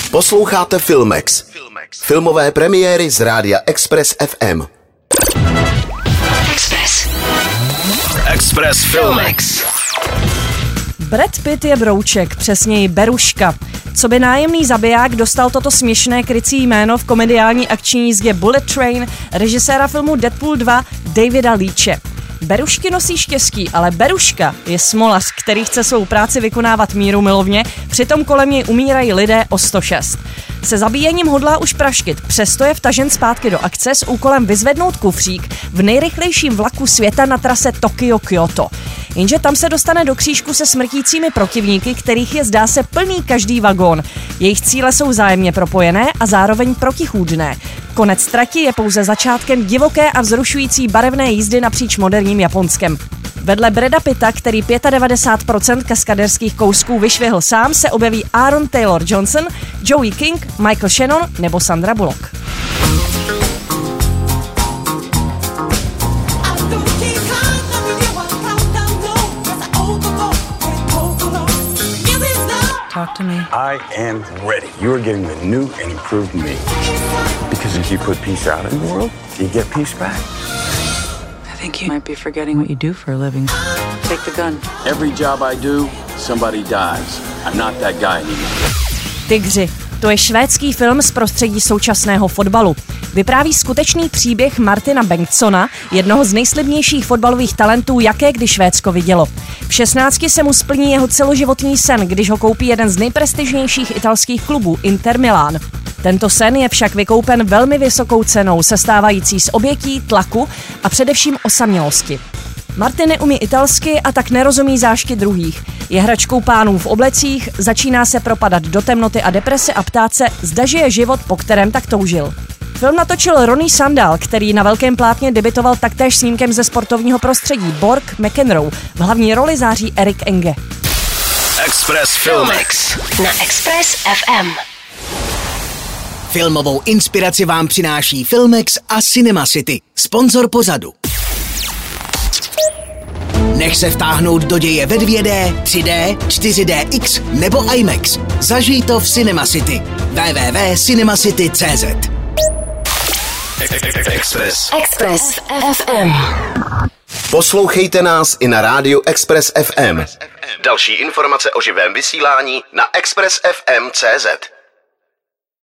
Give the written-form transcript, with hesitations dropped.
Posloucháte Filmex. Filmové premiéry z rádia Express FM. Express Filmex. Brad Pitt je brouček, přesněji beruška. Coby nájemný zabiják dostal toto směšné krycí jméno v komediální akční jízdě Bullet Train režiséra filmu Deadpool 2 Davida Leitche. Berušky nosí štěstí, ale beruška je smolař, který chce svou práci vykonávat mírumilovně, přitom kolem něj umírají lidé o 106. Se zabíjením hodlá už praštit, přesto je vtažen zpátky do akce s úkolem vyzvednout kufřík v nejrychlejším vlaku světa na trase Tokio-Kyoto. Jenže tam se dostane do křížku se smrtícími protivníky, kterých je zdá se plný každý vagón. Jejich cíle jsou vzájemně propojené a zároveň protichůdné. Konec trati je pouze začátkem divoké a vzrušující barevné jízdy napříč moderním Japonskem. Vedle Brada Pitta, který 95% kaskaderských kousků vyšvihl sám, se objeví Aaron Taylor Johnson, Joey King, Michael Shannon nebo Sandra Bullock. Talk to me. I am ready. You are getting the new and improved me. Because if you put peace out in the world, you get peace back. I think you might be forgetting what you do for a living. Take the gun. Every job I do, somebody dies. I'm not that guy anymore. Tygři. To je švédský film z prostředí současného fotbalu. Vypráví skutečný příběh Martina Bengtsona, jednoho z nejslibnějších fotbalových talentů, jaké kdy Švédsko vidělo. V 16 se mu splní jeho celoživotní sen, když ho koupí jeden z nejprestižnějších italských klubů, Inter Milan. Tento sen je však vykoupen velmi vysokou cenou, sestávající z obětí, tlaku a především osamělosti. Martin neumí italsky a tak nerozumí zášti druhých. Je hračkou pánů v oblecích, začíná se propadat do temnoty a deprese a ptát se, zda žije život, po kterém tak toužil. Film natočil Ronnie Sandal, který na velkém plátně debitoval taktéž snímkem ze sportovního prostředí Borg McEnroe. V hlavní roli září Erik Enge. Express Filmex na Express FM. Filmovou inspiraci vám přináší Filmex a Cinema City, sponzor pořadu. Nech se vtáhnout do děje ve 2D, 3D, 4DX nebo IMAX. Zažij to v Cinema City. www.cinemacity.cz. Express FM. Poslouchejte nás i na rádiu Express FM. Další informace o živém vysílání na expressfm.cz.